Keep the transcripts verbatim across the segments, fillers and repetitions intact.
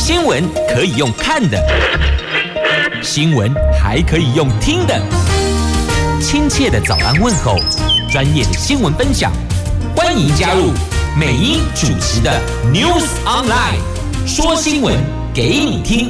新闻可以用看的，新闻还可以用听的。亲切的早安问候，专业的新闻分享，欢迎加入美英主持的 News Online， 说新闻给你听。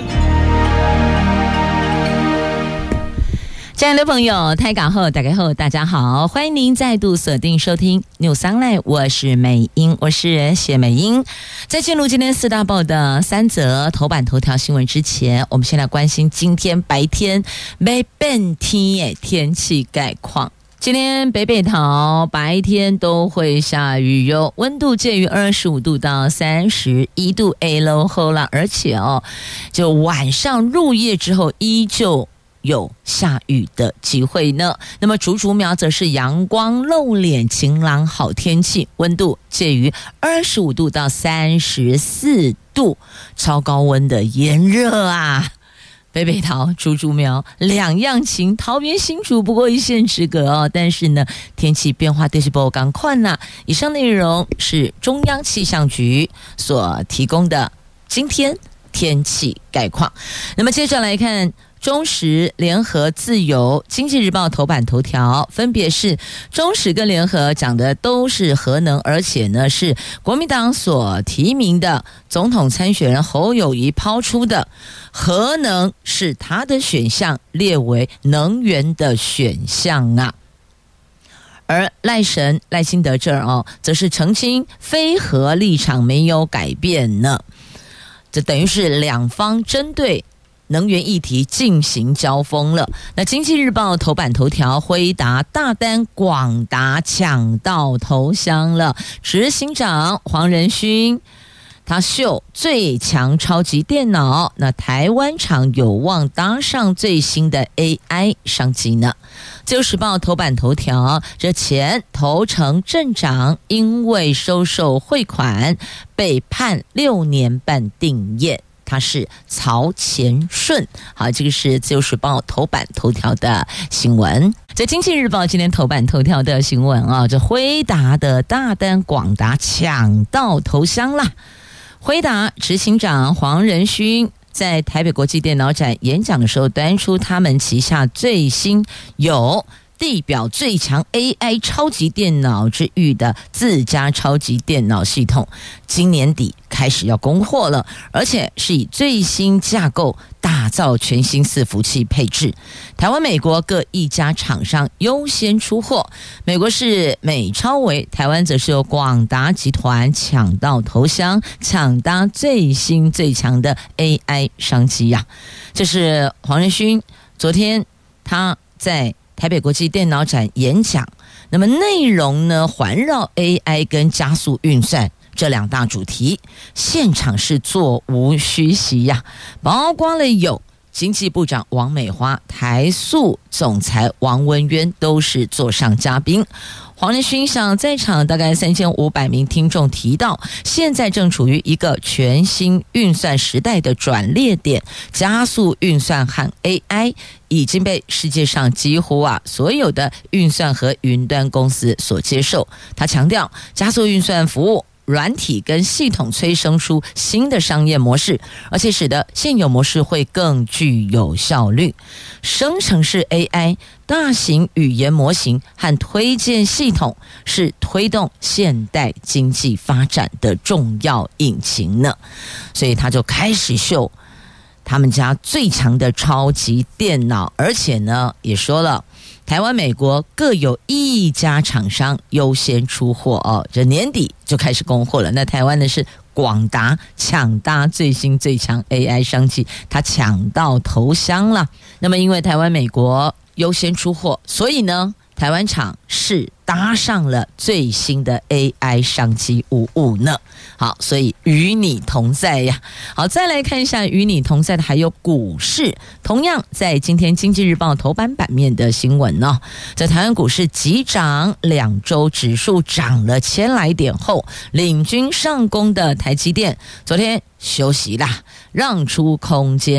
亲爱的朋友，台港后大家好，大家好，欢迎您再度锁定收听 News Online， 我是美英，我是谢美英。在进入今天四大报的三则头版头条新闻之前，我们先来关心今天白天没变天的天气概况。今天北北桃白天都会下雨哟，温度介于二十五度到三十一度 A 喽后啦，而且哦，就晚上入夜之后依旧有下雨的机会呢。那么竹竹苗则是阳光露脸，晴朗好天气，温度介于二十五度到三十四度，超高温的炎热啊。北北桃、竹竹苗两样情，桃园新竹不过一线之隔哦。但是呢，天气变化就是不赶快呐。以上内容是中央气象局所提供的今天天气概况。那么接着来看中时、联合、自由、经济日报头版头条，分别是中时跟联合讲的都是核能，而且呢是国民党所提名的总统参选人侯友宜抛出的核能是他的选项，列为能源的选项啊。而赖神赖清德这儿哦，则是澄清非核立场没有改变呢。这等于是两方针对能源议题进行交锋了。那经济日报头版头条，辉达大单广达抢到头香了，执行长黄仁勋他秀最强超级电脑，那台湾厂有望搭上最新的 A I 商机呢。自由时报头版头条，这前头城镇长因为收受汇款被判六年半定谳，他是曹前顺。好，这个是自由时报头版头条的新闻。在经济日报今天头版头条的新闻啊，这辉达的大单广达抢到头香啦。辉达执行长黄仁勋在台北国际电脑展演讲的时候，端出他们旗下最新有地表最强 A I 超级电脑之誉的自家超级电脑系统，今年底开始要供货了，而且是以最新架构打造全新伺服器配置。台湾、美国各一家厂商优先出货，美国是美超微，台湾则是由广达集团抢到头香，抢搭最新最强的 A I 商机呀、啊。这是黄仁勋昨天他在台北国际电脑展演讲，那么内容呢环绕 A I 跟加速运算这两大主题，现场是座无虚席呀、啊，包括了有经济部长王美花、台塑总裁王文渊都是座上嘉宾。黄仁勋向在场大概三千五百名听众提到，现在正处于一个全新运算时代的转捩点，加速运算和 A I 已经被世界上几乎啊所有的运算和云端公司所接受。他强调，加速运算服务软体跟系统催生出新的商业模式，而且使得现有模式会更具有效率。生成式 A I、 大型语言模型和推荐系统是推动现代经济发展的重要引擎呢。所以他就开始秀他们家最强的超级电脑，而且呢也说了，台湾、美国各有一家厂商优先出货哦，这年底就开始供货了。那台湾的是广达抢搭最新最强 A I 商机，它抢到头香了。那么因为台湾、美国优先出货，所以呢台湾厂是搭上了最新的 A I 商机无误呢。好，所以与你同在呀。好，再来看一下与你同在的还有股市，同样在今天经济日报头版版面的新闻呢、哦，在台湾股市急涨两周，指数涨了千来点后，领军上攻的台积电昨天休息啦，让出空间，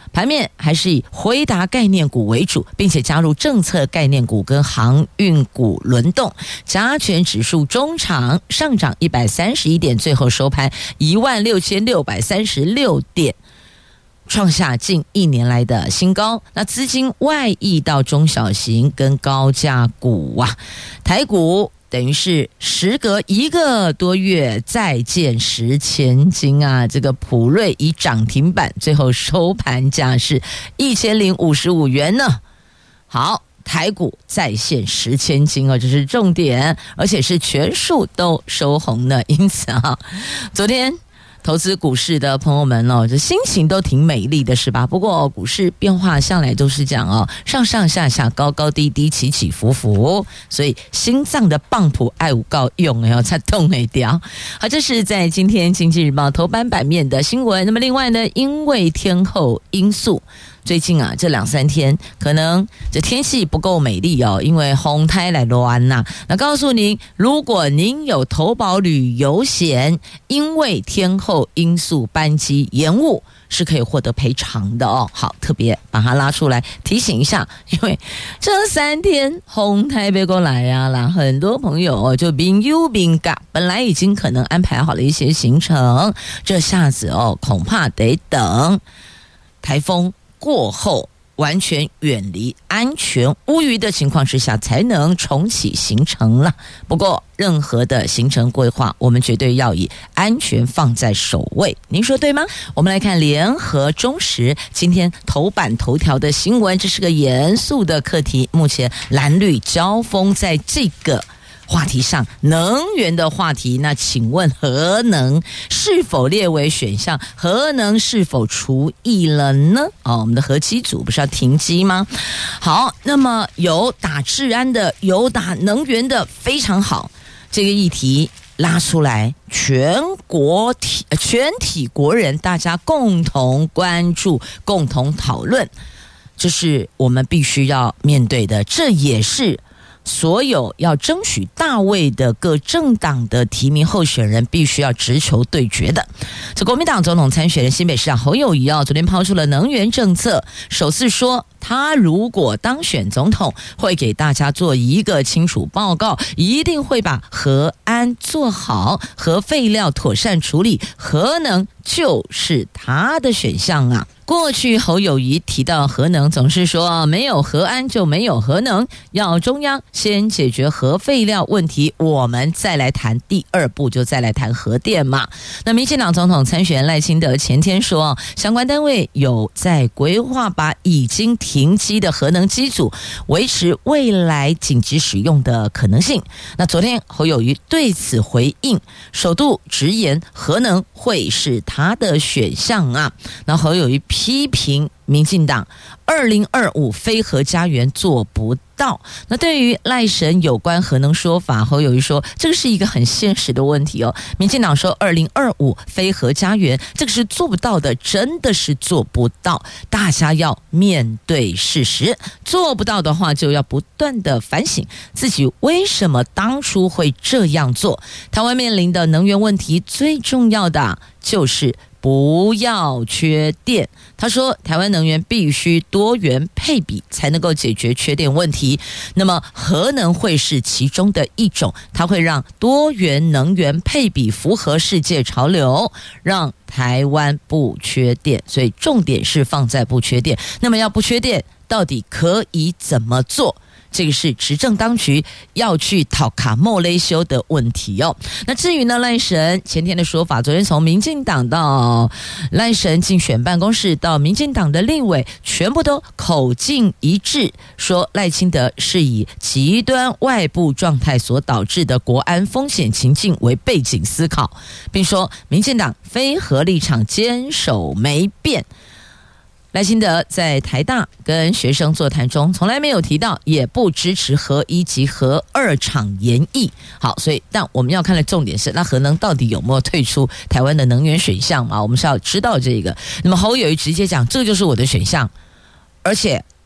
盘面还是以辉达概念股为主，并且加入政策概念股跟航运股轮动。加权指数中场上涨一百三十一点，最后收盘一万六千六百三十六点，创下近一年来的新高。那资金外溢到中小型跟高价股啊，台股等于是时隔一个多月再见十千金啊！这个普瑞以涨停板，最后收盘价是一千零五十五元呢。好，台股再现十千金哦，这是重点，而且是全数都收红了。因此啊，昨天投资股市的朋友们哦，这心情都挺美丽的，是吧？不过、哦、股市变化向来都是这样哦，上上下下、高高低低、起起伏伏，所以心脏的棒谱爱无够用哎，才动没掉。好，这是在今天《经济日报》头版版面的新闻。那么另外呢，因为天候因素，最近啊，这两三天可能这天气不够美丽哦，因为风台来乱呐。那告诉您，如果您有投保旅游险，因为天候因素班机延误，是可以获得赔偿的哦。好，特别把它拉出来提醒一下，因为这三天风台别过来呀、啊、啦，很多朋友哦就宾忧宾嘎，本来已经可能安排好了一些行程，这下子哦恐怕得等台风过后完全远离安全无虞的情况之下，才能重启行程了。不过任何的行程规划，我们绝对要以安全放在首位，您说对吗？我们来看联合中时今天头版头条的新闻，这是个严肃的课题。目前蓝绿交锋在这个话题上，能源的话题，那请问核能是否列为选项？核能是否除役了呢？哦，我们的核机组不是要停机吗？好，那么有打治安的，有打能源的，非常好。这个议题拉出来，全国体全体国人大家共同关注，共同讨论，这是我们必须要面对的，这也是所有要争取大位的各政党的提名候选人必须要直球对决的。这国民党总统参选人新北市长侯友宜啊，昨天抛出了能源政策，首次说他如果当选总统，会给大家做一个清楚报告，一定会把核安做好，核废料妥善处理，核能就是他的选项啊。过去侯友宜提到核能，总是说没有核安就没有核能，要中央先解决核废料问题，我们再来谈第二步，就再来谈核电嘛。那民进党总统参选人赖清德前天说，相关单位有在规划把已经停机的核能机组维持未来紧急使用的可能性。那昨天侯友宜对此回应，首度直言核能会是他的选项啊。那侯友宜批评民进党二零二五非核家园做不到。那对于赖神有关核能说法，侯友宜说这个是一个很现实的问题哦。民进党说二零二五非核家园，这个是做不到的，真的是做不到。大家要面对事实，做不到的话就要不断的反省自己为什么当初会这样做。台湾面临的能源问题最重要的就是不要缺电。他说台湾能源必须多元配比才能够解决缺电问题，那么核能会是其中的一种，它会让多元能源配比符合世界潮流，让台湾不缺电。所以重点是放在不缺电。那么要不缺电到底可以怎么做？这个是执政当局要去讨卡莫雷修的问题哦。那至于呢，赖神前天的说法，昨天从民进党到赖神竞选办公室到民进党的立委，全部都口径一致，说赖清德是以极端外部状态所导致的国安风险情境为背景思考，并说民进党非核立场坚守没变。赖清德在台大跟学生座谈中从来没有提到，也不支持核一及核二厂研议。好，所以但我们要看的重点是，那核能到底有没有退出台湾的能源选项嘛？我们是要知道这个。那么侯友宜直接讲，这就是我的选项，而且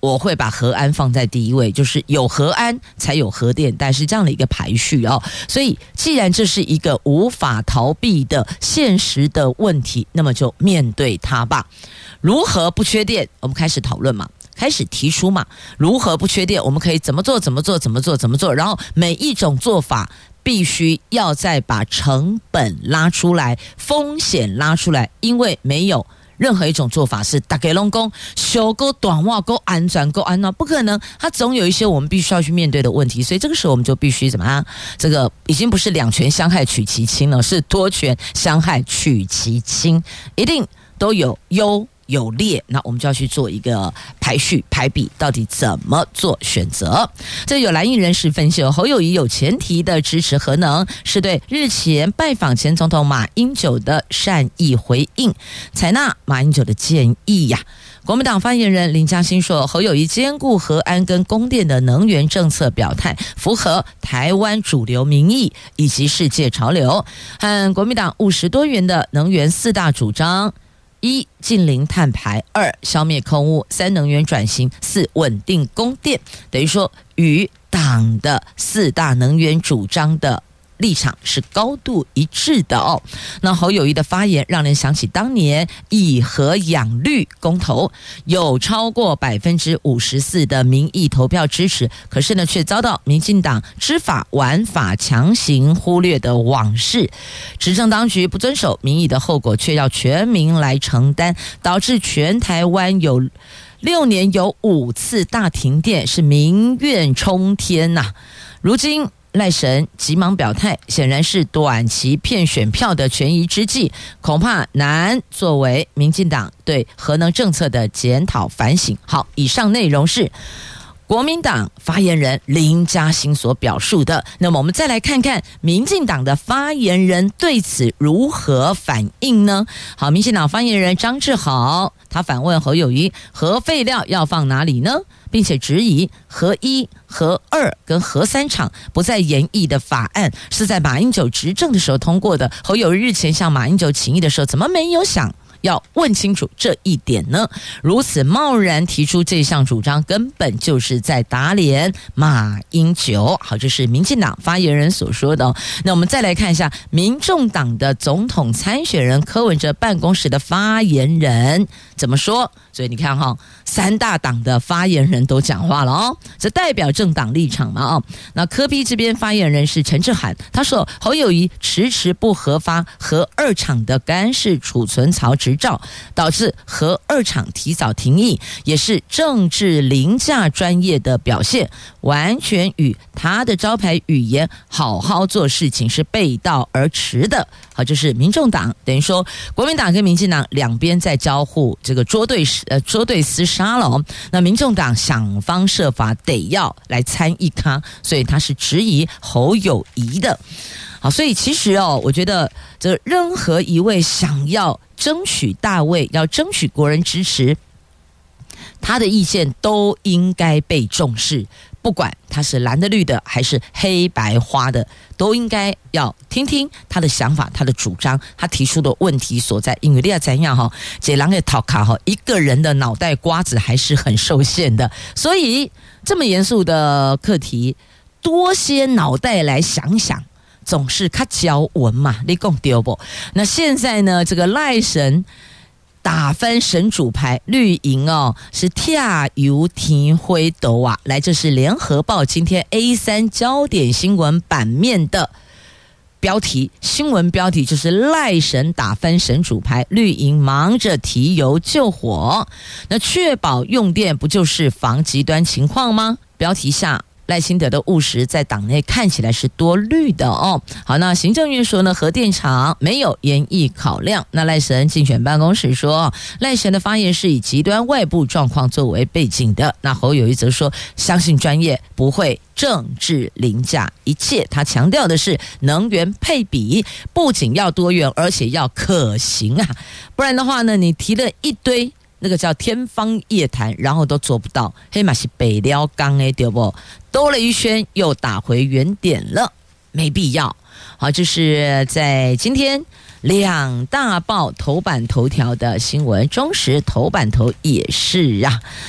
我会把核安放在第一位，就是有核安才有核电，但是这样的一个排序哦。所以既然这是一个无法逃避的现实的问题，那么就面对它吧。如何不缺电？我们开始讨论嘛，开始提出嘛，如何不缺电？我们可以怎么做？怎么做？怎么做？怎么做？然后每一种做法必须要再把成本拉出来，风险拉出来，因为没有任何一种做法是大家拢讲修够短袜够安全够安全，不可能，它总有一些我们必须要去面对的问题，所以这个时候我们就必须怎么样？这个已经不是两权相害取其轻了，是多权相害取其轻，一定都有优有劣，那我们就要去做一个排序排比，到底怎么做选择。这有蓝营人士分析，侯友宜有前提的支持核能，是对日前拜访前总统马英九的善意回应，采纳马英九的建议呀。国民党发言人林佳馨说，侯友宜兼顾核安跟供电的能源政策表态，符合台湾主流民意以及世界潮流，和国民党务实多元的能源四大主张：一、近零碳排；二、消灭空污；三、能源转型；四、稳定供电。等于说，与党的四大能源主张的立场是高度一致的哦。那侯友宜的发言让人想起当年以核养绿公投，有超过百分之五十四的民意投票支持，可是呢，却遭到民进党知法玩法强行忽略的往事。执政当局不遵守民意的后果，却要全民来承担，导致全台湾有六年有五次大停电，是民怨冲天呐、啊。如今赖神急忙表态，显然是短期骗选票的权宜之计，恐怕难作为民进党对核能政策的检讨反省。好，以上内容是国民党发言人林佳馨所表述的。那么我们再来看看民进党的发言人对此如何反应呢？好，民进党发言人张志豪他反问侯友宜，核废料要放哪里呢？并且质疑核一、核二跟核三厂不再研议的法案是在马英九执政的时候通过的。侯友宜日前向马英九请益的时候，怎么没有想要问清楚这一点呢？如此贸然提出这项主张，根本就是在打脸马英九。好，这是民进党发言人所说的、哦。那我们再来看一下民众党的总统参选人柯文哲办公室的发言人怎么说。所以你看哈、哦，三大党的发言人都讲话了哦，这代表政党立场嘛哦。那柯 P 这边发言人是陈志涵，他说侯友宜迟迟不核发核二厂的干式储存槽执照，导致核二厂提早停议，也是政治凌驾专业的表现，完全与他的招牌语言好好做事情是背道而驰的。好，这是民众党，等于说国民党跟民进党两边在交互这个捉对呃捉对厮杀了、哦。那民众党想方设法得要来参与他，所以他是质疑侯友宜的。好，所以其实哦，我觉得这任何一位想要争取大位，要争取国人支持，他的意见都应该被重视。不管他是蓝的绿的还是黑白花的，都应该要听听他的想法，他的主张，他提出的问题所在。因为你要怎样哈，这人的头卡哈，一个人的脑袋瓜子还是很受限的，所以这么严肃的课题，多些脑袋来想想，总是较交文嘛，你讲对不？那现在呢，这个赖神打翻神主牌绿营哦，是跳油天灰斗啊！来，这是联合报今天 A 三 焦点新闻版面的标题，新闻标题就是赖神打翻神主牌，绿营忙着提油救火，那确保用电不就是防极端情况吗？标题下赖清德的务实在党内看起来是多虑的哦。好，那行政院说呢，核电厂没有研议考量。那赖神竞选办公室说，赖神的发言是以极端外部状况作为背景的。那侯友宜则说，相信专业，不会政治凌驾一切。他强调的是能源配比不仅要多元，而且要可行啊，不然的话呢，你提了一堆那个叫天方夜谭，然后都做不到，黑马是北撩钢诶，对不？兜了一圈又打回原点了，没必要。好，这是在今天两大报头版头条的新闻，中时头版头也是啊。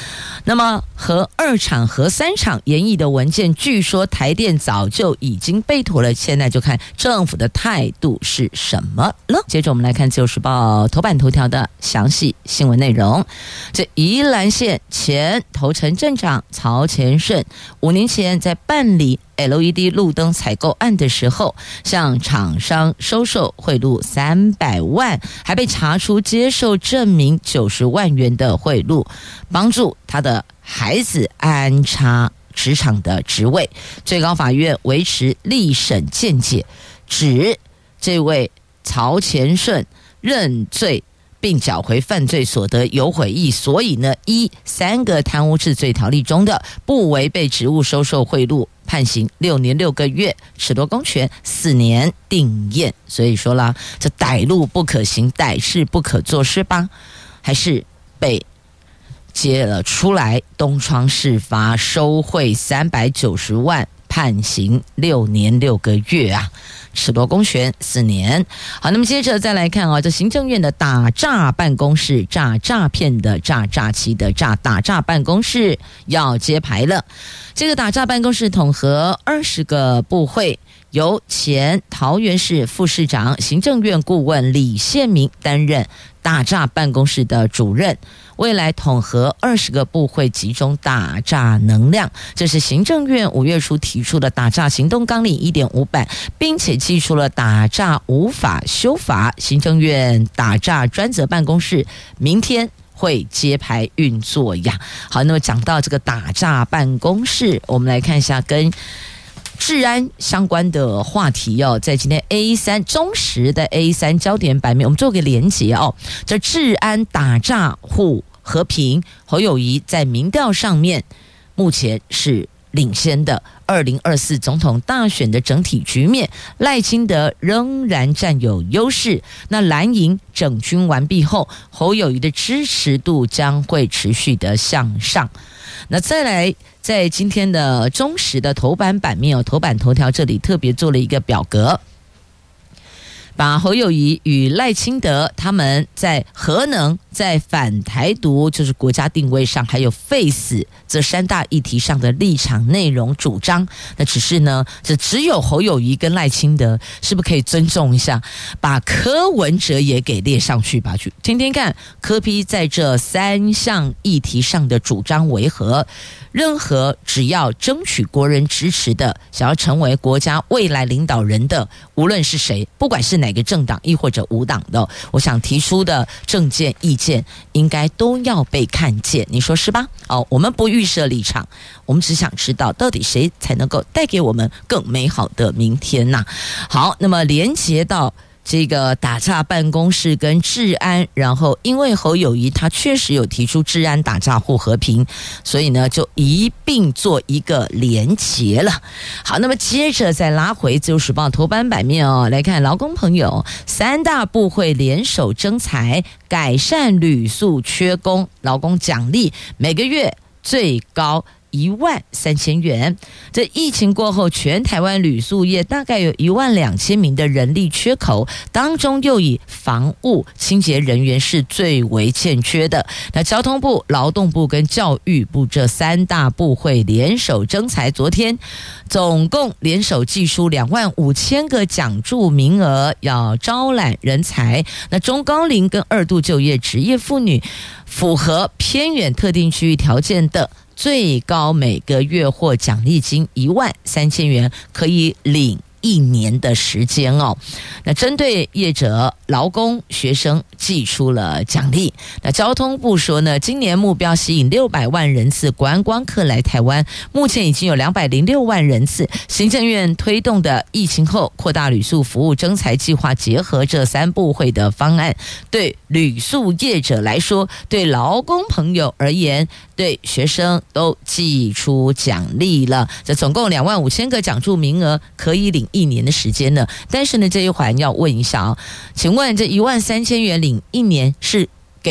那么核二厂、核三厂研议的文件，据说台电早就已经备妥了，现在就看政府的态度是什么了。接着我们来看《自由时报》头版头条的详细新闻内容。这宜兰县前头城镇长曹前顺，五年前在办理L E D 路灯采购案的时候，向厂商收受贿赂三百万，还被查出接受证明九十万元的贿赂，帮助他的孩子安插职场的职位。最高法院维持立审见解，指这位曹前顺认罪并缴回犯罪所得有悔意，所以呢，依三个贪污治罪条例中的不违背职务收受贿赂，判刑六年六个月，褫夺公权四年定谳。所以说啦，这歹路不可行，歹事不可做是吧？还是被揭了出来，东窗事发，收贿三百九十万，判刑六年六个月啊，褫夺公权四年。好，那么接着再来看啊，这行政院的打诈办公室，诈诈骗的诈，诈欺的诈，打诈办公室要揭牌了。这个打诈办公室统合二十个部会，由前桃园市副市长、行政院顾问李宪明担任打诈办公室的主任，未来统合二十个部会，集中打诈能量。这是行政院五月初提出的打诈行动纲领 一点五 版，并且寄出了打诈无法修法。行政院打诈专责办公室明天会揭牌运作呀。好，那么讲到这个打诈办公室，我们来看一下跟治安相关的话题哦，在今天 A 三 中时的 A 三 焦点版面，我们做个连结哦。这治安打诈护和平，侯友宜在民调上面目前是领先的。二零二四总统大选的整体局面，赖清德仍然占有优势。那蓝营整军完毕后，侯友宜的支持度将会持续的向上。那再来，在今天的中时的头版版面哦，头版头条这里特别做了一个表格，把侯友宜与赖清德他们在核能、在反台独，就是国家定位上，还有废死这三大议题上的立场、内容、主张。那只是呢，这只有侯友宜跟赖清德，是不是可以尊重一下，把柯文哲也给列上去吧？去听听看，柯 P 在这三项议题上的主张为何？任何只要争取国人支持的，想要成为国家未来领导人的，无论是谁，不管是哪个政党亦或者无党的，我想提出的政见意见应该都要被看见，你说是吧？哦，我们不预设立场，我们只想知道到底谁才能够带给我们更美好的明天呐、啊？好，那么连接到这个打诈办公室跟治安，然后因为侯友宜他确实有提出治安打诈护和平，所以呢就一并做一个连结了。好，那么接着再拉回自由时报头版版面哦，来看劳工朋友，三大部会联手征才，改善旅宿缺工，劳工奖励每个月最高一万三千元。这疫情过后，全台湾旅宿业大概有一万两千名的人力缺口，当中又以房务清洁人员是最为欠缺的。那交通部、劳动部跟教育部这三大部会联手征才，昨天总共联手寄出两万五千个奖助名额，要招揽人才。那中高龄跟二度就业职业妇女，符合偏远特定区域条件的，最高每个月获奖励金一万三千元，可以领一年的时间哦。那针对业者、劳工、学生寄出了奖励。那交通部说呢，今年目标吸引六百万人次观光客来台湾，目前已经有两百零六万人次。行政院推动的疫情后扩大旅宿服务征才计划，结合这三部会的方案，对旅宿业者来说，对劳工朋友而言，对学生都寄出奖励了。这总共两万五千个奖助名额，可以领一年的时间呢。但是呢，这一环要问一下啊，请问这一万三千元领一年是给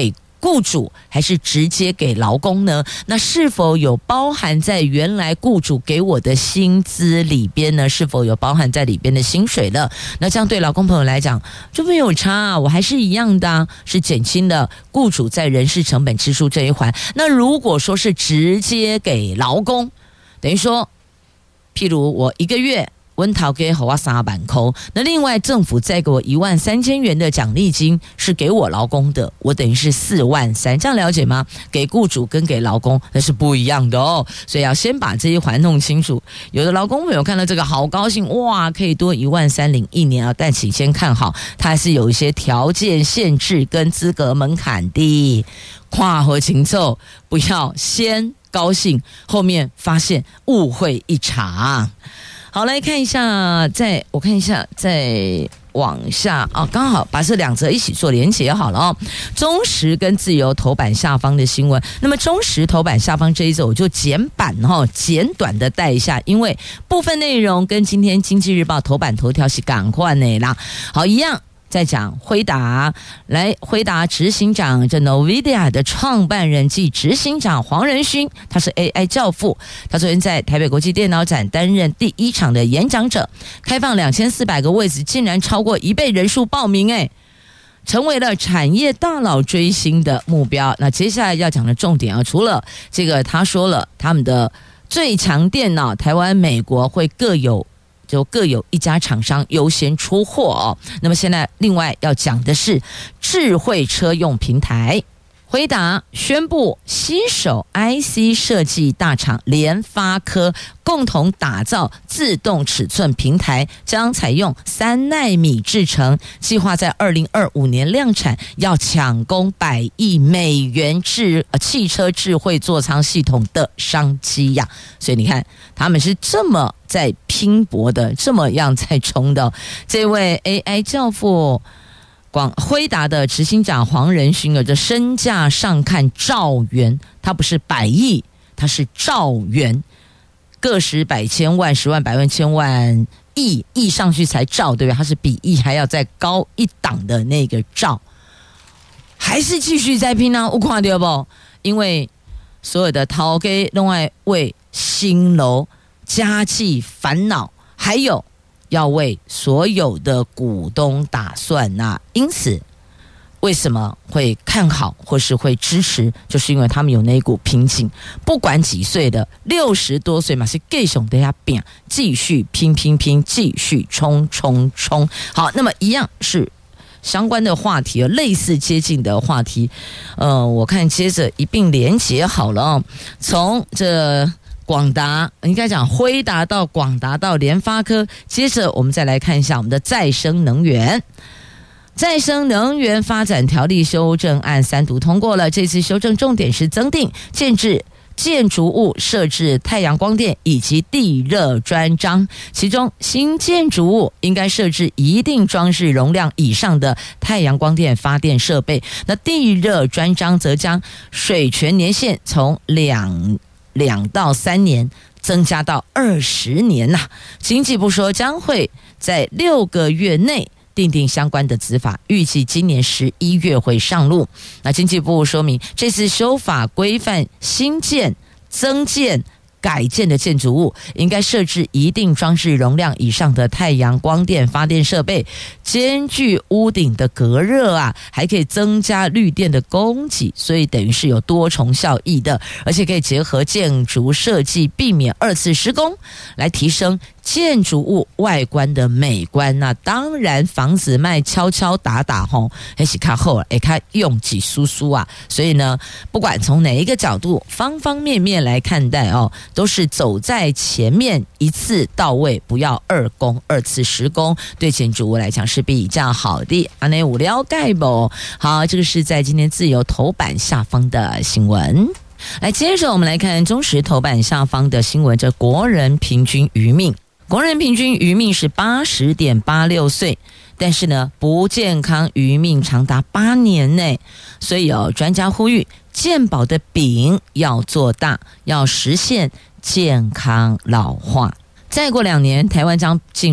雇主还是直接给劳工呢？那是否有包含在原来雇主给我的薪资里边呢？是否有包含在里边的薪水呢？那这样对劳工朋友来讲就没有差啊，我还是一样的啊，是减轻了雇主在人事成本支出这一环。那如果说是直接给劳工，等于说譬如我一个月温桃给我三万块，那另外政府再给我一万三千元的奖励金是给我劳工的，我等于是四万三，这样了解吗？给雇主跟给劳工那是不一样的哦，所以要先把这一环弄清楚。有的劳工朋友看到这个好高兴，哇，可以多一万三领一年啊！但请先看好，它还是有一些条件限制跟资格门槛的，跨和情奏，不要先高兴，后面发现误会一场。好，来看一下，再我看一下，再往下啊，刚好把这两则一起做连结好了哦。中时跟自由头版下方的新闻，那么中时头版下方这一则我就简版哈、哦，简短的带一下，因为部分内容跟今天经济日报头版头条是赶快的啦。好，一样。在讲辉达，来辉达执行长这 NVIDIA 的创办人暨执行长黄仁勋，他是 A I 教父，他昨天在台北国际电脑展担任第一场的演讲者，开放两千四百个位置，竟然超过一倍人数报名，哎，成为了产业大佬追星的目标。那接下来要讲的重点啊，除了这个他说了他们的最强电脑，台湾、美国会各有。就各有一家厂商优先出货哦。那么现在另外要讲的是智慧车用平台，辉达宣布携手 I C 设计大厂联发科共同打造自动尺寸平台，将采用三奈米制程，计划在二零二五年量产，要抢攻百亿美元智、呃、汽车智慧座舱系统的商机呀。所以你看，他们是这么在拼搏的，这么样在冲的。这位 A I 教父广辉达的执行长黄仁勋的身价上看兆元，他不是百亿，他是兆元，个十百千万十万百万千万亿亿上去才兆，对不对？他是比亿还要再高一档的那个兆，还是继续在拼啊！我看到不？因为所有的头家都在为新楼家计烦恼，还有要为所有的股东打算啊，因此为什么会看好或是会支持，就是因为他们有那一股拼劲，不管几岁的，六十多岁嘛，是继续的要拼，继续拼拼拼，继续冲冲冲。好，那么一样是相关的话题，类似接近的话题，呃，我看接着一并连结好了哦，从这广达，应该讲辉达到广达到联发科，接着我们再来看一下我们的再生能源。再生能源发展条例修正案三读通过了，这次修正重点是增订建制建筑物设置太阳光电以及地热专章，其中新建筑物应该设置一定装饰容量以上的太阳光电发电设备，那地热专章则将水权年限从两两到三年增加到二十年呐、啊。经济部说将会在六个月内订定相关的执法，预计今年十一月会上路。那经济部说明，这次修法规范新建、增建、改建的建筑物应该设置一定装饰容量以上的太阳光电发电设备，兼具屋顶的隔热啊，还可以增加绿电的供给，所以等于是有多重效益的，而且可以结合建筑设计，避免二次施工，来提升建筑物外观的美观。那当然房子卖敲敲打打吼，还是看后哎看用几叔叔啊，所以呢不管从哪一个角度方方面面来看待哦，都是走在前面，一次到位，不要二工二次施工，对建筑物来讲是比较好的。安内无聊盖不好，这个是在今天自由头版下方的新闻。来，接着我们来看中时头版下方的新闻，这国人平均余命。国人平均余命是八十点八六岁，但是呢，不健康余命长达八年内，所以有、哦、专家呼吁，健保的饼要做大，要实现健康老化。再过两年，台湾将进入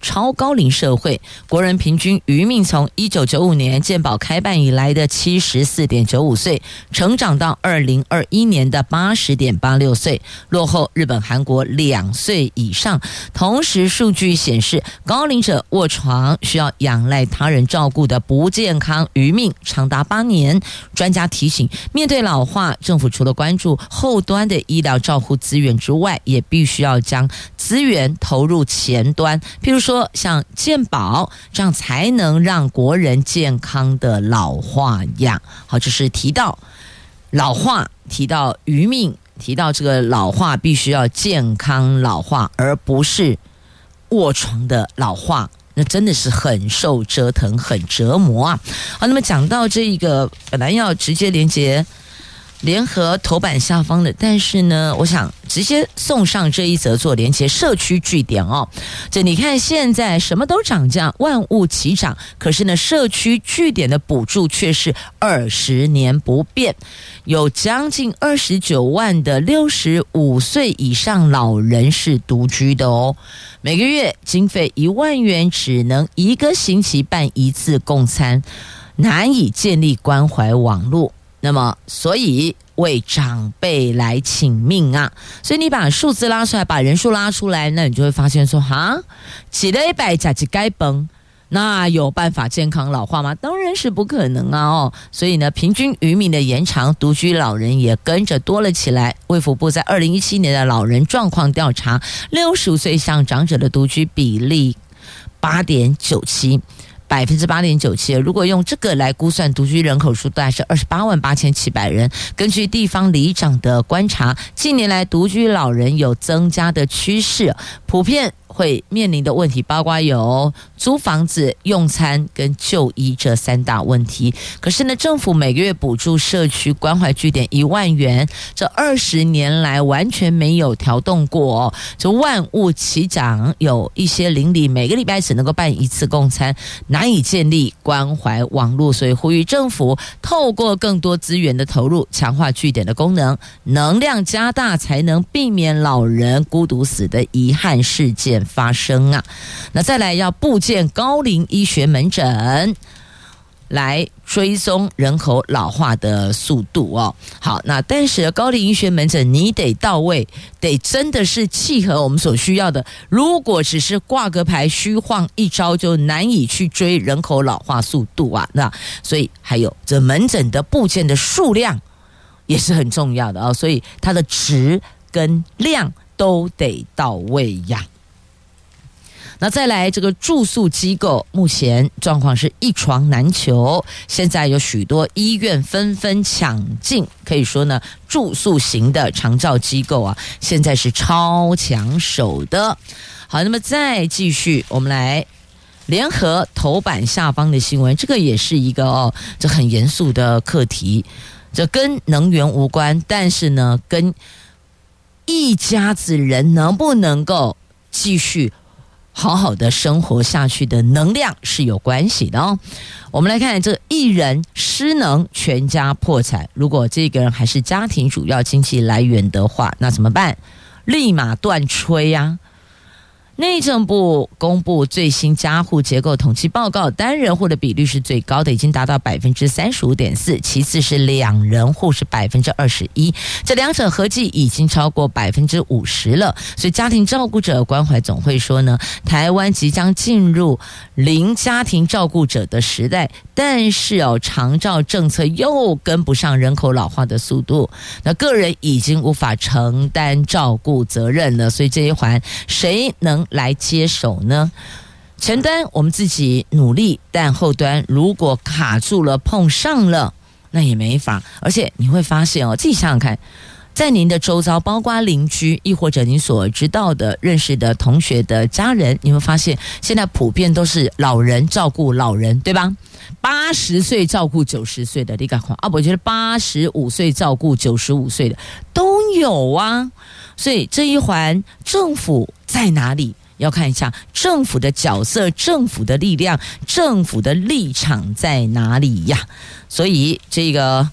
超高龄社会，国人平均余命从一九九五年健保开办以来的七十四点九五岁，成长到二零二一年的八十点八六岁，落后日本、韩国两岁以上。同时，数据显示，高龄者卧床需要仰赖他人照顾的不健康余命长达八年。专家提醒，面对老化，政府除了关注后端的医疗照护资源之外，也必须要将资源投入前端，譬如说像健保，这样才能让国人健康的老化呀。好，这是提到老化，提到余命，提到这个老化必须要健康老化，而不是卧床的老化，那真的是很受折腾，很折磨啊。好，那么讲到这个本来要直接连接联合头版下方的，但是呢，我想直接送上这一则做连结社区据点哦。这你看现在什么都涨价，万物齐涨，可是呢，社区据点的补助却是二十年不变，有将近二十九万的六十五岁以上老人是独居的哦。每个月经费一万元，只能一个星期办一次共餐，难以建立关怀网络。那么，所以为长辈来请命啊！所以你把数字拉出来，把人数拉出来，那你就会发现说，哈，起了一百甲几该崩，那有办法健康老化吗？当然是不可能啊！哦，所以呢，平均余命的延长，独居老人也跟着多了起来。卫福部在二零一七年的老人状况调查，六十五岁以上长者的独居比例八点九七。百分之八点九七，如果用这个来估算，独居人口数大概是二十八万八千七百人。根据地方里长的观察，近年来独居老人有增加的趋势，普遍会面临的问题包括有租房子、用餐跟就医这三大问题。可是呢，政府每个月补助社区关怀据点一万元，这二十年来完全没有调动过，哦，这万物齐涨，有一些邻里每个礼拜只能够办一次共餐，难以建立关怀网络，所以呼吁政府透过更多资源的投入，强化据点的功能，能量加大，才能避免老人孤独死的遗憾事件发生啊。那再来要布建高龄医学门诊，来追踪人口老化的速度哦。好，那但是高龄医学门诊你得到位，得真的是契合我们所需要的。如果只是挂个牌虚晃一招，就难以去追人口老化速度啊。那所以还有这门诊的布建的数量也是很重要的哦，所以它的质跟量都得到位呀。那再来这个住宿机构，目前状况是一床难求，现在有许多医院纷纷抢进，可以说呢，住宿型的长照机构啊，现在是超抢手的。好，那么再继续，我们来联合头版下方的新闻，这个也是一个哦，这很严肃的课题，这跟能源无关，但是呢，跟一家子人能不能够继续好好的生活下去的能量是有关系的哦。我们来看这一人失能，全家破产。如果这个人还是家庭主要经济来源的话，那怎么办？立马断炊呀！内政部公布最新家户结构统计报告，单人户的比率是最高的，已经达到百分之三十五点四，其次是两人户是百分之二十一，这两者合计已经超过百分之五十了。所以家庭照顾者关怀总会说呢，台湾即将进入零家庭照顾者的时代，但是哦，长照政策又跟不上人口老化的速度，那个人已经无法承担照顾责任了，所以这一环谁能来接手呢？前端我们自己努力，但后端如果卡住了碰上了，那也没法。而且你会发现哦，自己想想看，在您的周遭，包括邻居，亦或者你所知道的认识的同学的家人，你会发现现在普遍都是老人照顾老人，对吧？八十岁照顾九十岁的，你敢看啊？我觉得八十五岁照顾九十五岁的都有啊。所以这一环政府在哪里？要看一下政府的角色、政府的力量、政府的立场在哪里呀？所以这个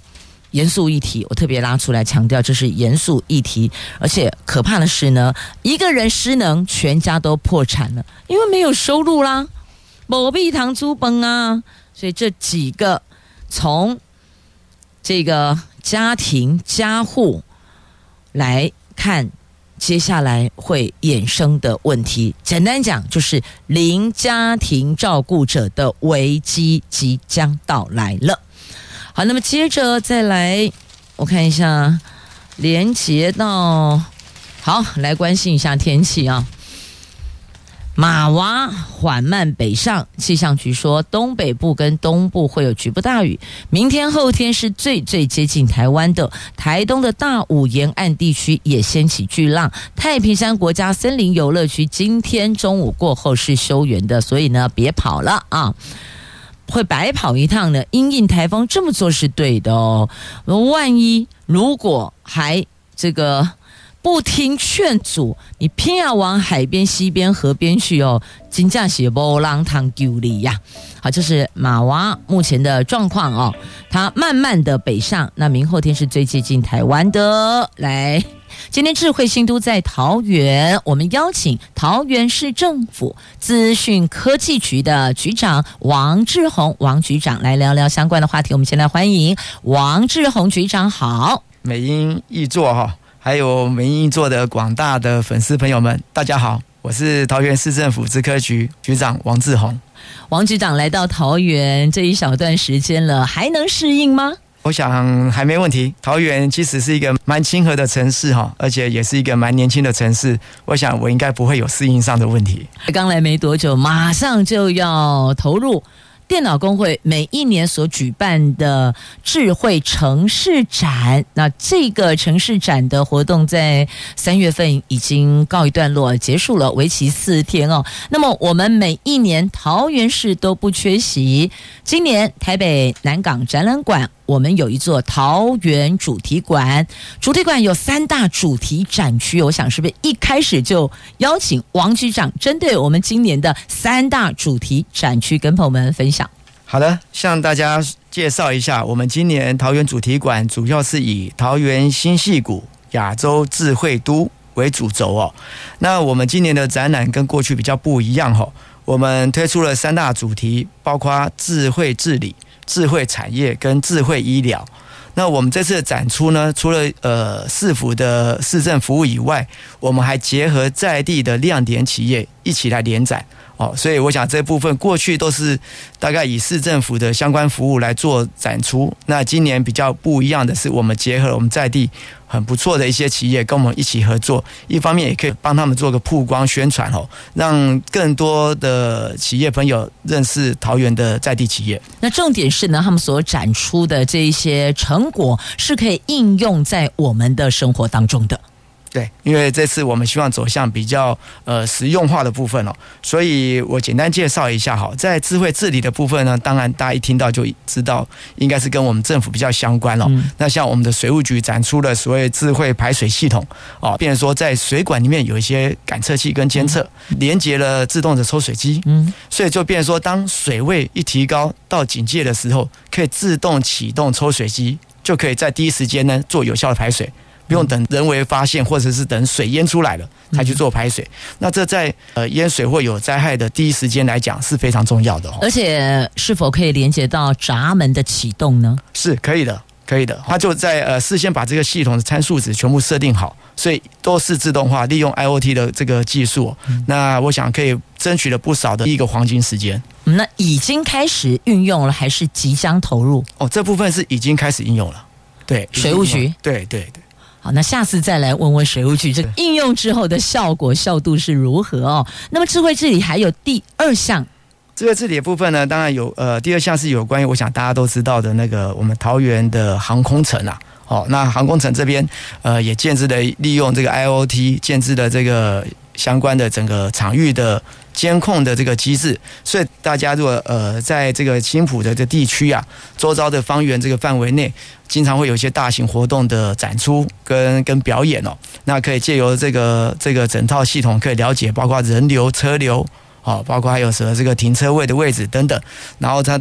严肃议题，我特别拉出来强调，这是严肃议题，而且可怕的是呢，一个人失能，全家都破产了，因为没有收入啦，没币糖猪崩啊，所以这几个从这个家庭家户来看，接下来会衍生的问题，简单讲就是零家庭照顾者的危机即将到来了。好，那么接着再来，我看一下，连接到，好，来关心一下天气啊。马娃缓慢北上，气象局说东北部跟东部会有局部大雨，明天后天是最最接近台湾的，台东的大武沿岸地区也掀起巨浪，太平山国家森林游乐区今天中午过后是休园的，所以呢别跑了啊，会白跑一趟呢。因应台风这么做是对的哦，万一如果还这个不听劝阻，你偏要往海边、西边、河边去哦，真正是没人通救你呀！好，这是马娃目前的状况哦，它慢慢的北上，那明后天是最接近台湾的。来，今天智慧新都在桃园，我们邀请桃园市政府资讯科技局的局长王志宏王局长来聊聊相关的话题。我们先来欢迎王志宏局长，好， 美英易作哈。还有美英易作的广大的粉丝朋友们，大家好，我是桃园市政府资科局局长王志宏。 王局长来到桃园这一小段时间了，还能适应吗？ 我想还没问题。桃园其实是一个蛮亲和的城市哈，而且也是一个蛮年轻的城市，我想我应该不会有适应上的问题。 刚来没多久，马上就要投入电脑工会每一年所举办的智慧城市展，那这个城市展的活动在三月份已经告一段落，结束了，为期四天哦。那么我们每一年桃园市都不缺席，今年台北南港展览馆我们有一座桃园主题馆，主题馆有三大主题展区，我想是不是一开始就邀请王局长针对我们今年的三大主题展区跟朋友们分享？ 好的，向大家介绍一下，我们今年桃园主题馆主要是以桃园新矽谷亚洲智慧都为主轴哦。那我们今年的展览跟过去比较不一样哦，我们推出了三大主题，包括智慧治理、智慧产业跟智慧医疗。那我们这次的展出呢，除了呃市府的市政服务以外，我们还结合在地的亮点企业一起来联展哦。所以我想这部分过去都是大概以市政府的相关服务来做展出，那今年比较不一样的是，我们结合了我们在地很不错的一些企业跟我们一起合作，一方面也可以帮他们做个曝光宣传哦，让更多的企业朋友认识桃园的在地企业。 那重点是呢，他们所展出的这一些成果是可以应用在我们的生活当中的。 对，因为这次我们希望走向比较呃实用化的部分哦，所以我简单介绍一下哈。在智慧治理的部分呢，当然大家一听到就知道，应该是跟我们政府比较相关哦。嗯、那像我们的水务局展出了所谓智慧排水系统哦，变成说在水管里面有一些感测器跟监测，嗯、连接了自动的抽水机，嗯，所以就变成说，当水位一提高到警戒的时候，可以自动启动抽水机，就可以在第一时间呢做有效的排水。不用等人为发现，或者是等水淹出来了才去做排水。嗯、那这在呃淹水或有灾害的第一时间来讲是非常重要的哦。 而且是否可以连接到闸门的启动呢？ 是可以的，可以的。它就在呃事先把这个系统的参数值全部设定好，所以都是自动化，利用 I O T 的这个技术。嗯、那我想可以争取了不少的一个黄金时间。 那已经开始运用了，还是即将投入？ 哦，这部分是已经开始应用了。对， 水务局。 对对对。 好，那下次再来问问水务局这个应用之后的效果效度是如何哦。那么智慧治理还有第二项， 智慧治理的部分呢，当然有呃，第二项是有关于我想大家都知道的那个我们桃园的航空城啊。哦，那航空城这边呃也建置了利用这个 I O T 建置了这个相关的整个场域的监控的这个机制，所以大家如果呃在这个青埔的这地区啊，周遭的方圆这个范围内，经常会有一些大型活动的展出跟跟表演哦。那可以借由这个这个整套系统，可以了解包括人流、车流，哦，包括还有什么这个停车位的位置等等，然后它它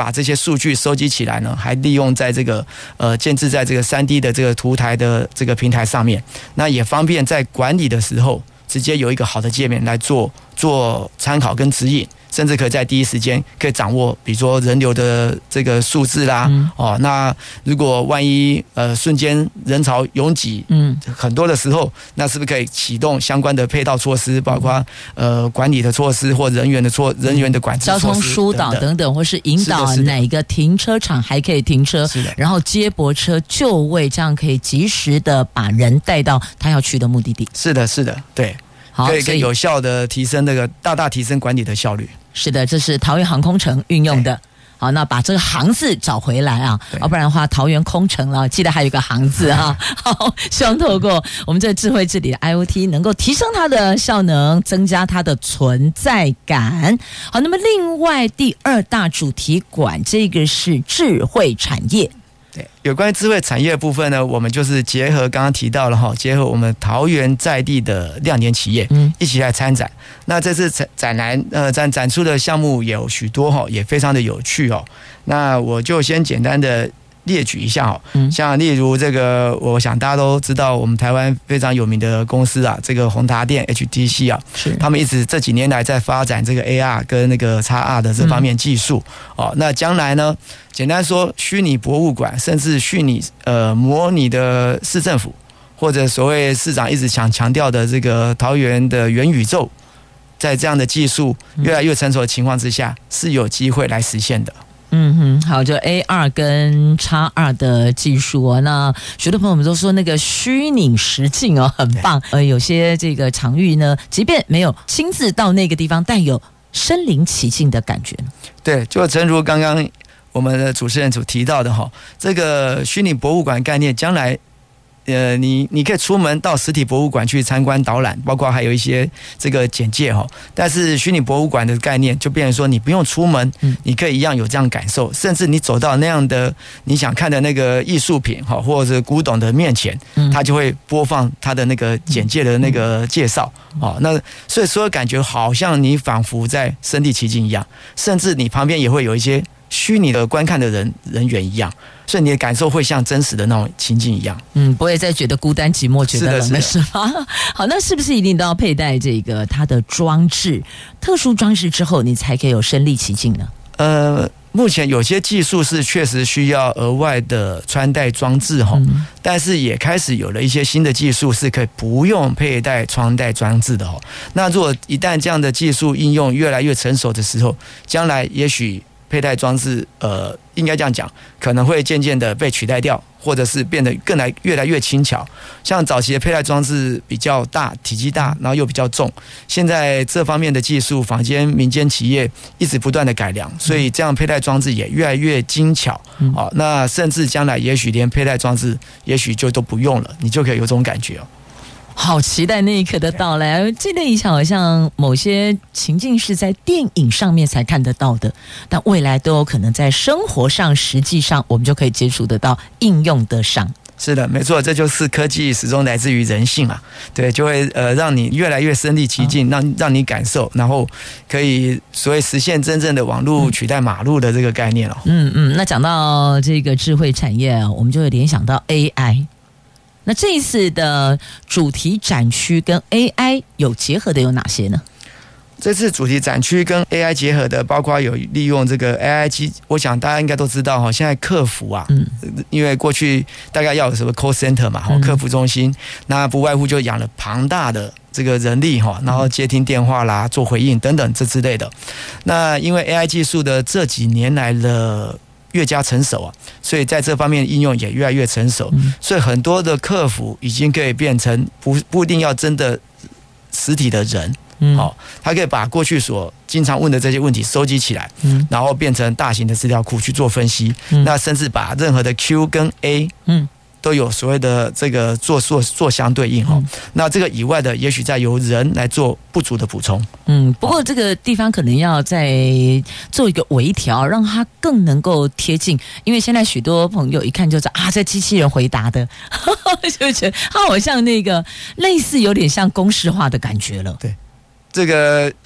把这些数据收集起来呢，还利用在这个呃建置在这个 三 D 的这个图台的这个平台上面，那也方便在管理的时候直接有一个好的界面来做做参考跟指引。甚至可以在第一时间可以掌握，比如说人流的这个数字啦，嗯、哦，那如果万一呃瞬间人潮拥挤，嗯，很多的时候，那是不是可以启动相关的配套措施，包括呃管理的措施或人员的措人员的管制措施、 交通疏导等等，或是引导哪个停车场还可以停车，然后接驳车就位，这样可以及时的把人带到他要去的目的地。 是的，是的，对。可以更有效的提升那个大大提升管理的效率。 是的，这是桃园航空城运用的。好，那把这个航字找回来啊，要、哦、不然的话桃园空城了，记得还有一个航字啊。好，希望透过我们这智慧治理的 I O T 能够提升它的效能，增加它的存在感。好，那么另外第二大主题馆，这个是智慧产业。 对，有关于智慧产业的部分呢，我们就是结合刚刚提到了哈，结合我们桃园在地的亮点企业，嗯，一起来参展。那这次展展览呃展展出的项目有许多哈，也非常的有趣哦。那我就先简单的列举一下哦，嗯，像例如这个，我想大家都知道，我们台湾非常有名的公司啊，这个宏达电 H T C 啊，是他们一直这几年来在发展这个 A R 跟那个 X R 的这方面技术、嗯、哦。那将来呢，简单说，虚拟博物馆，甚至虚拟呃模拟的市政府，或者所谓市长一直想强调的这个桃园的元宇宙，在这样的技术越来越成熟的情况之下，是有机会来实现的。 嗯哼，好，就 A R 跟 X R 的技术哦，那许多朋友们都说那个虚拟实境哦很棒，呃，有些这个场域呢，即便没有亲自到那个地方，但有身临其境的感觉。 对，就正如刚刚我们的主持人所提到的哈，这个虚拟博物馆概念，将来。呃，你你可以出门到实体博物馆去参观导览，包括还有一些这个简介哈。但是虚拟博物馆的概念就变成说，你不用出门，你可以一样有这样感受，甚至你走到那样的你想看的那个艺术品哈，或者是古董的面前，它就会播放它的那个简介的那个介绍哦。那所以所有感觉好像你仿佛在身临其境一样，甚至你旁边也会有一些虚拟的观看的人人员一样。所以你的感受会像真实的那种情境一样， 嗯，不会再觉得孤单寂寞，觉得冷了，是吗？好，那是不是一定都要佩戴这个它的装置，特殊装置之后，你才可以有身临其境呢？ 呃，目前有些技术是确实需要额外的穿戴装置哈、嗯，但是也开始有了一些新的技术是可以不用佩戴穿戴装置的哈。那如果一旦这样的技术应用越来越成熟的时候，将来也许佩戴装置，呃，应该这样讲，可能会渐渐的被取代掉，或者是变得更来越来越轻巧。像早期的佩戴装置比较大，体积大，然后又比较重。现在这方面的技术，坊间民间企业一直不断的改良，所以这样佩戴装置也越来越精巧。哦，那甚至将来也许连佩戴装置，也许就都不用了，你就可以有这种感觉哦。 好期待那一刻的到来！记得以前好像某些情境是在电影上面才看得到的，但未来都有可能在生活上，实际上我们就可以接触得到，应用得上。 是的，没错，这就是科技始终来自于人性啊，对，就会呃让你越来越身临其境，让让你感受，然后可以所谓实现真正的网络取代马路的这个概念哦。 嗯嗯，那讲到这个智慧产业，我们就会联想到 A I。那这一次的主题展区跟 A I 有结合的有哪些呢？ 这次主题展区跟 A I 结合的，包括有利用这个 A I 机，我想大家应该都知道哈，现在客服啊，嗯，因为过去大概要有什么 call center 嘛，哈，客服中心，那不外乎就养了庞大的这个人力哈，然后接听电话啦、做回应等等这之类的。那因为 A I 技术的这几年来的越加成熟啊，所以在这方面应用也越来越成熟，嗯、所以很多的客服已经可以变成不不一定要真的实体的人，嗯，好、哦，他可以把过去所经常问的这些问题收集起来，嗯，然后变成大型的资料库去做分析，嗯、那甚至把任何的 Q 跟 A， 嗯。都有所谓的这个做做做相对应哈、嗯，那这个以外的，也许再由人来做不足的补充。 嗯，不过这个地方可能要再做一个微调，让它更能够贴近，因为现在许多朋友一看就知道啊，这机器人回答的，就觉得它好像那个类似有点像公式化的感觉了。 对，这个。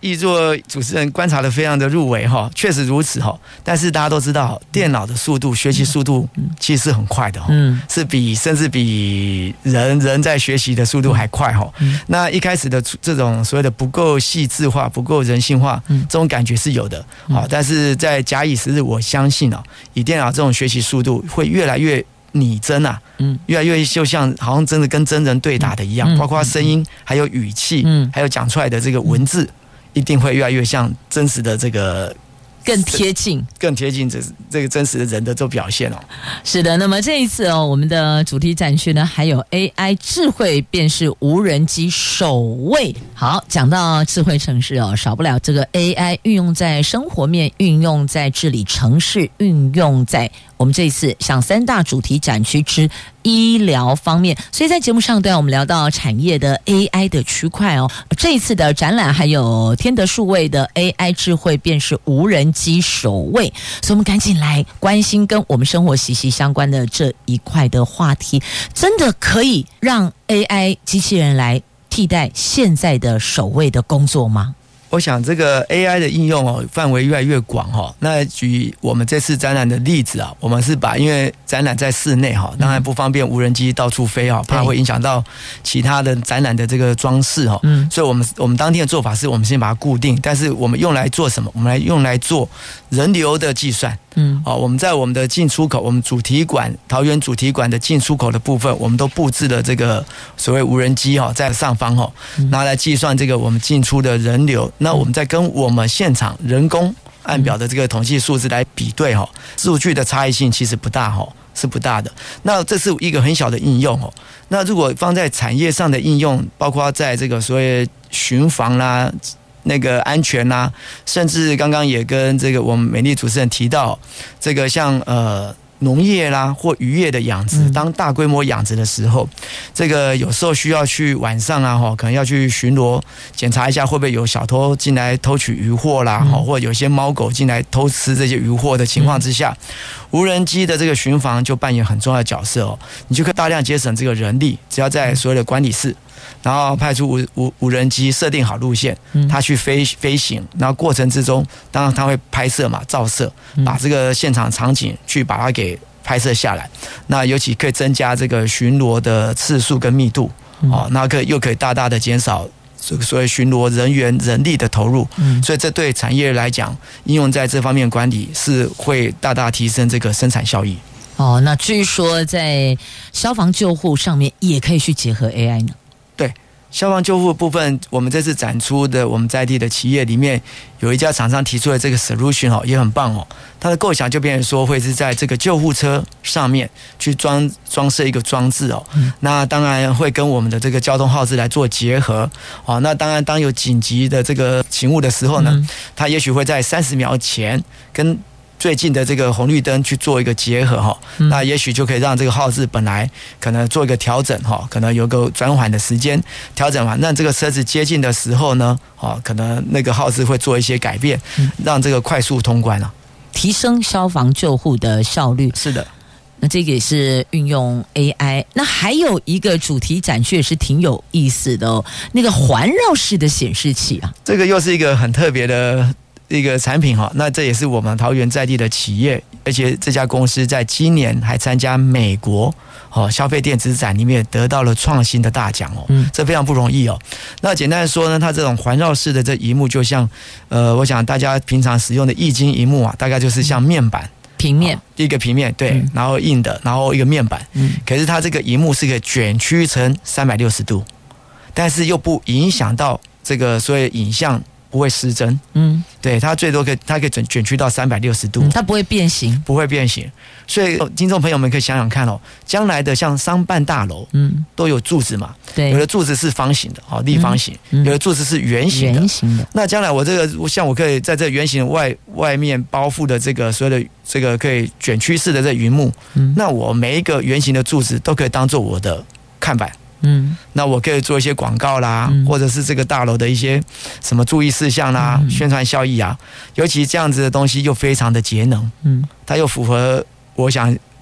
易作主持人观察的非常的入微哈，确实如此哈。但是大家都知道，电脑的速度、学习速度其实是很快的哈，嗯，是比甚至比人人在学习的速度还快哈。嗯、那一开始的这种所谓的不够细致化、不够人性化，嗯、这种感觉是有的。好，但是在假以时日，我相信啊，以电脑这种学习速度会越来越拟真啊，嗯，越来越就像好像真的跟真人对打的一样，嗯、包括声音、还有语气，嗯，还有讲出来的这个文字，一定会越来越像真实的这个。 更贴近， 更贴近这这个真实的人的这表现哦。 是的，那么这一次哦，我们的主题展区呢，还有 A I 智慧辨识无人机首位。好，讲到智慧城市哦，少不了这个 A I 运用在生活面，运用在治理城市，运用在我们这一次像三大主题展区之医疗方面。所以在节目上，对我们聊到产业的 A I 的区块哦，这一次的展览还有天德数位的 A I 智慧辨识无人机首位，所以我们赶紧来关心跟我们生活息息相关的这一块的话题，真的可以让 A I 机器人来替代现在的守卫的工作吗？ 我想这个 A I 的应用哦，范围越来越广哈。那举我们这次展览的例子啊，我们是把因为展览在室内哈，当然不方便无人机到处飞哈，怕会影响到其他的展览的这个装饰哈。嗯，所以我们我们当天的做法是我们先把它固定，但是我们用来做什么？我们来用来做人流的计算。嗯，哦，我们在我们的进出口，我们主题馆桃园主题馆的进出口的部分，我们都布置了这个所谓无人机哈，在上方哈，拿来计算这个我们进出的人流。那我们再跟我们现场人工按表的这个统计数字来比对哈，数据的差异性其实不大哈，是不大的。那这是一个很小的应用哦。那如果放在产业上的应用，包括在这个所谓巡防啦、那个安全啦，甚至刚刚也跟这个我们美丽主持人提到，这个像呃。农业啦或渔业的养殖，当大规模养殖的时候，这个有时候需要去晚上啊，哈，可能要去巡逻检查一下会不会有小偷进来偷取渔获啦，哈，或者有些猫狗进来偷吃这些渔获的情况之下，无人机的这个巡防就扮演很重要的角色哦。你就可以大量节省这个人力，只要在所有的管理室，然后派出无无无人机设定好路线，它去飞飞行，然后过程之中，当然它会拍摄嘛，照射，把这个现场场景去把它给拍摄下来。那尤其可以增加这个巡逻的次数跟密度，哦，那可以又可以大大的减少所谓巡逻人员人力的投入，所以这对产业来讲，应用在这方面管理是会大大提升这个生产效益。 哦，那据说在消防救护上面也可以去结合 A I 呢？ 对，消防救护部分，我们这次展出的我们在地的企业里面，有一家厂商提出的这个 solution 哦，也很棒哦。它的构想就变成说，会是在这个救护车上面去装装设一个装置哦。嗯、那当然会跟我们的这个交通号志来做结合哦。那当然，当有紧急的这个勤务的时候呢，嗯、它也许会在三十秒前跟最近的这个红绿灯去做一个结合哈，嗯、那也许就可以让这个号志本来可能做一个调整哈，可能有个转缓的时间调整完，那这个车子接近的时候呢，哦，可能那个号志会做一些改变，嗯、让这个快速通关啊， 提升消防救护的效率。 是的。 那这个也是运用 A I。 那还有一个主题展区也是挺有意思的哦，那个环绕式的显示器啊， 这个又是一个很特别的一个产品哈，那这也是我们桃园在地的企业，而且这家公司在今年还参加美国哦消费电子展里面得到了创新的大奖哦，嗯，这非常不容易哦。那简单的说呢，它这种环绕式的这萤幕就像呃，我想大家平常使用的液晶萤幕啊，大概就是像面板。 平面、哦、 一个平面对，嗯、然后硬的，然后一个面板，嗯，可是它这个萤幕是可以卷曲成三百六十度，但是又不影响到这个所谓影像不会失真，嗯，对，它最多可以它可以卷卷曲到三百六十度， 嗯，它不会变形， 不会变形。所以听众朋友们可以想想看哦，将来的像商办大楼，嗯，都有柱子嘛，对，有的柱子是方形的，哦，立方形，嗯、有的柱子是圆形的， 圆形的。 那将来我这个像我可以在这圆形外外面包覆的这个所有的这个可以卷曲式的这云幕，嗯，那我每一个圆形的柱子都可以当做我的看板。嗯，那我可以做一些广告啦，嗯、或者是这个大楼的一些什么注意事项啦、嗯、宣传效益啊，尤其这样子的东西又非常的节能，嗯，它又符合我想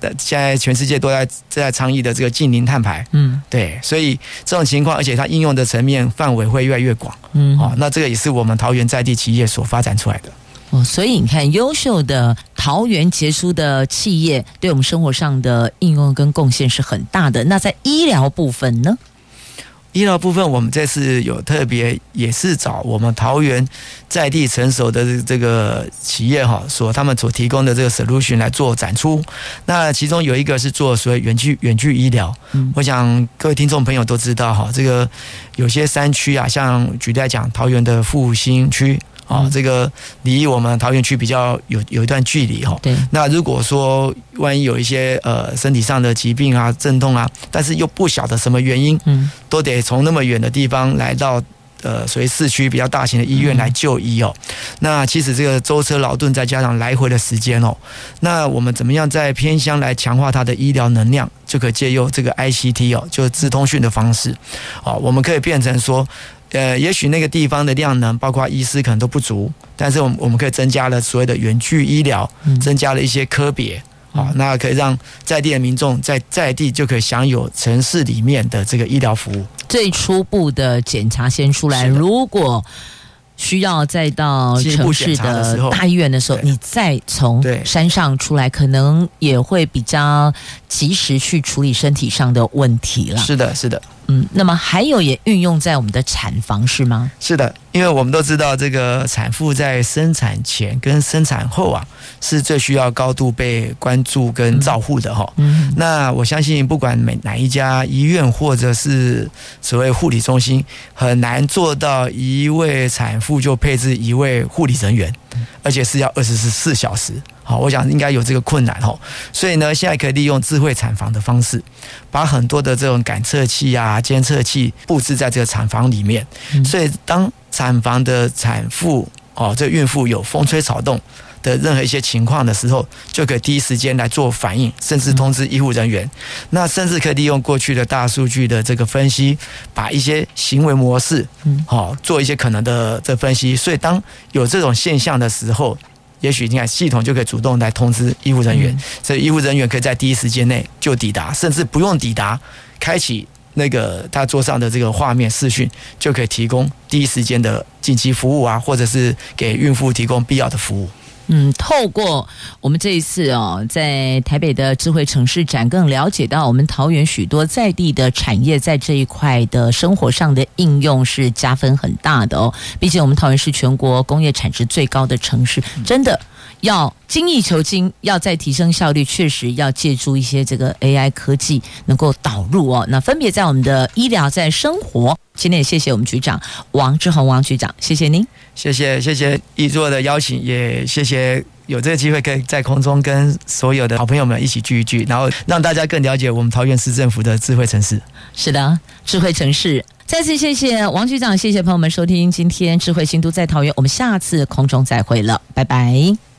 现在全世界都在在倡议的这个近零碳排，嗯，对，所以这种情况，而且它应用的层面范围会越来越广，嗯，哦，那这个也是我们桃园在地企业所发展出来的。 哦，所以你看，优秀的桃园杰出的企业，对我们生活上的应用跟贡献是很大的。那在医疗部分呢？ 医疗部分，我们这次有特别也是找我们桃园在地成熟的这个企业哈，所他们所提供的这个 solution 来做展出。那其中有一个是做所谓远距远距医疗，嗯，我想各位听众朋友都知道哈，这个有些山区啊，像举例来讲，桃园的复兴区。哦，这个离我们桃园区比较有有一段距离哈。对。那如果说万一有一些呃身体上的疾病啊、阵痛啊，但是又不晓得什么原因，嗯，都得从那么远的地方来到呃所谓市区比较大型的医院来就医哦。嗯、那其实这个舟车劳顿再加上来回的时间哦，那我们怎么样在偏乡来强化它的医疗能量，就可以借用这个 I C T 哦，就是资通讯的方式，哦，我们可以变成说。呃，也许那个地方的量能，包括医师可能都不足，但是我们我们可以增加了所谓的远距医疗，增加了一些科别，好、嗯，那可以让在地的民众在在地就可以享有城市里面的这个医疗服务。 最初步的检查先出来，如果需要再到城市的大医院的时候，你再从山上出来，可能也会比较及时去处理身体上的问题了。 是的，是的。 嗯，那么还有也运用在我们的产房是吗？ 是的，因为我们都知道这个产妇在生产前跟生产后啊，是最需要高度被关注跟照护的哈。嗯，那我相信不管每哪一家医院或者是所谓护理中心，很难做到一位产妇就配置一位护理人员，而且是要二十四小时。好，我想应该有这个困难哈，所以呢，现在可以利用智慧产房的方式，把很多的这种感测器啊、监测器布置在这个产房里面。嗯、所以，当产房的产妇哦，这个孕妇有风吹草动的任何一些情况的时候，就可以第一时间来做反应，甚至通知医护人员。嗯、那甚至可以利用过去的大数据的这个分析，把一些行为模式，嗯，好做一些可能的这分析。所以，当有这种现象的时候，也许你看系统就可以主动来通知医护人员，所以医护人员可以在第一时间内就抵达，甚至不用抵达，开启那个他桌上的这个画面视讯，就可以提供第一时间的紧急服务啊，或者是给孕妇提供必要的服务。 嗯，透过我们这一次哦，在台北的智慧城市展，更了解到我们桃园许多在地的产业在这一块的生活上的应用是加分很大的哦。毕竟我们桃园是全国工业产值最高的城市，真的要精益求精，要再提升效率，确实要借助一些这个 A I 科技能够导入哦。那分别在我们的医疗，在生活。今天也谢谢我们局长王志宏王局长，谢谢您。 谢谢谢谢易作的邀请，也谢谢有这个机会可以在空中跟所有的好朋友们一起聚一聚，然后让大家更了解我们桃园市政府的智慧城市。 是的，智慧城市。再次谢谢王局长，谢谢朋友们收听今天智慧新都在桃园，我们下次空中再会了，拜拜。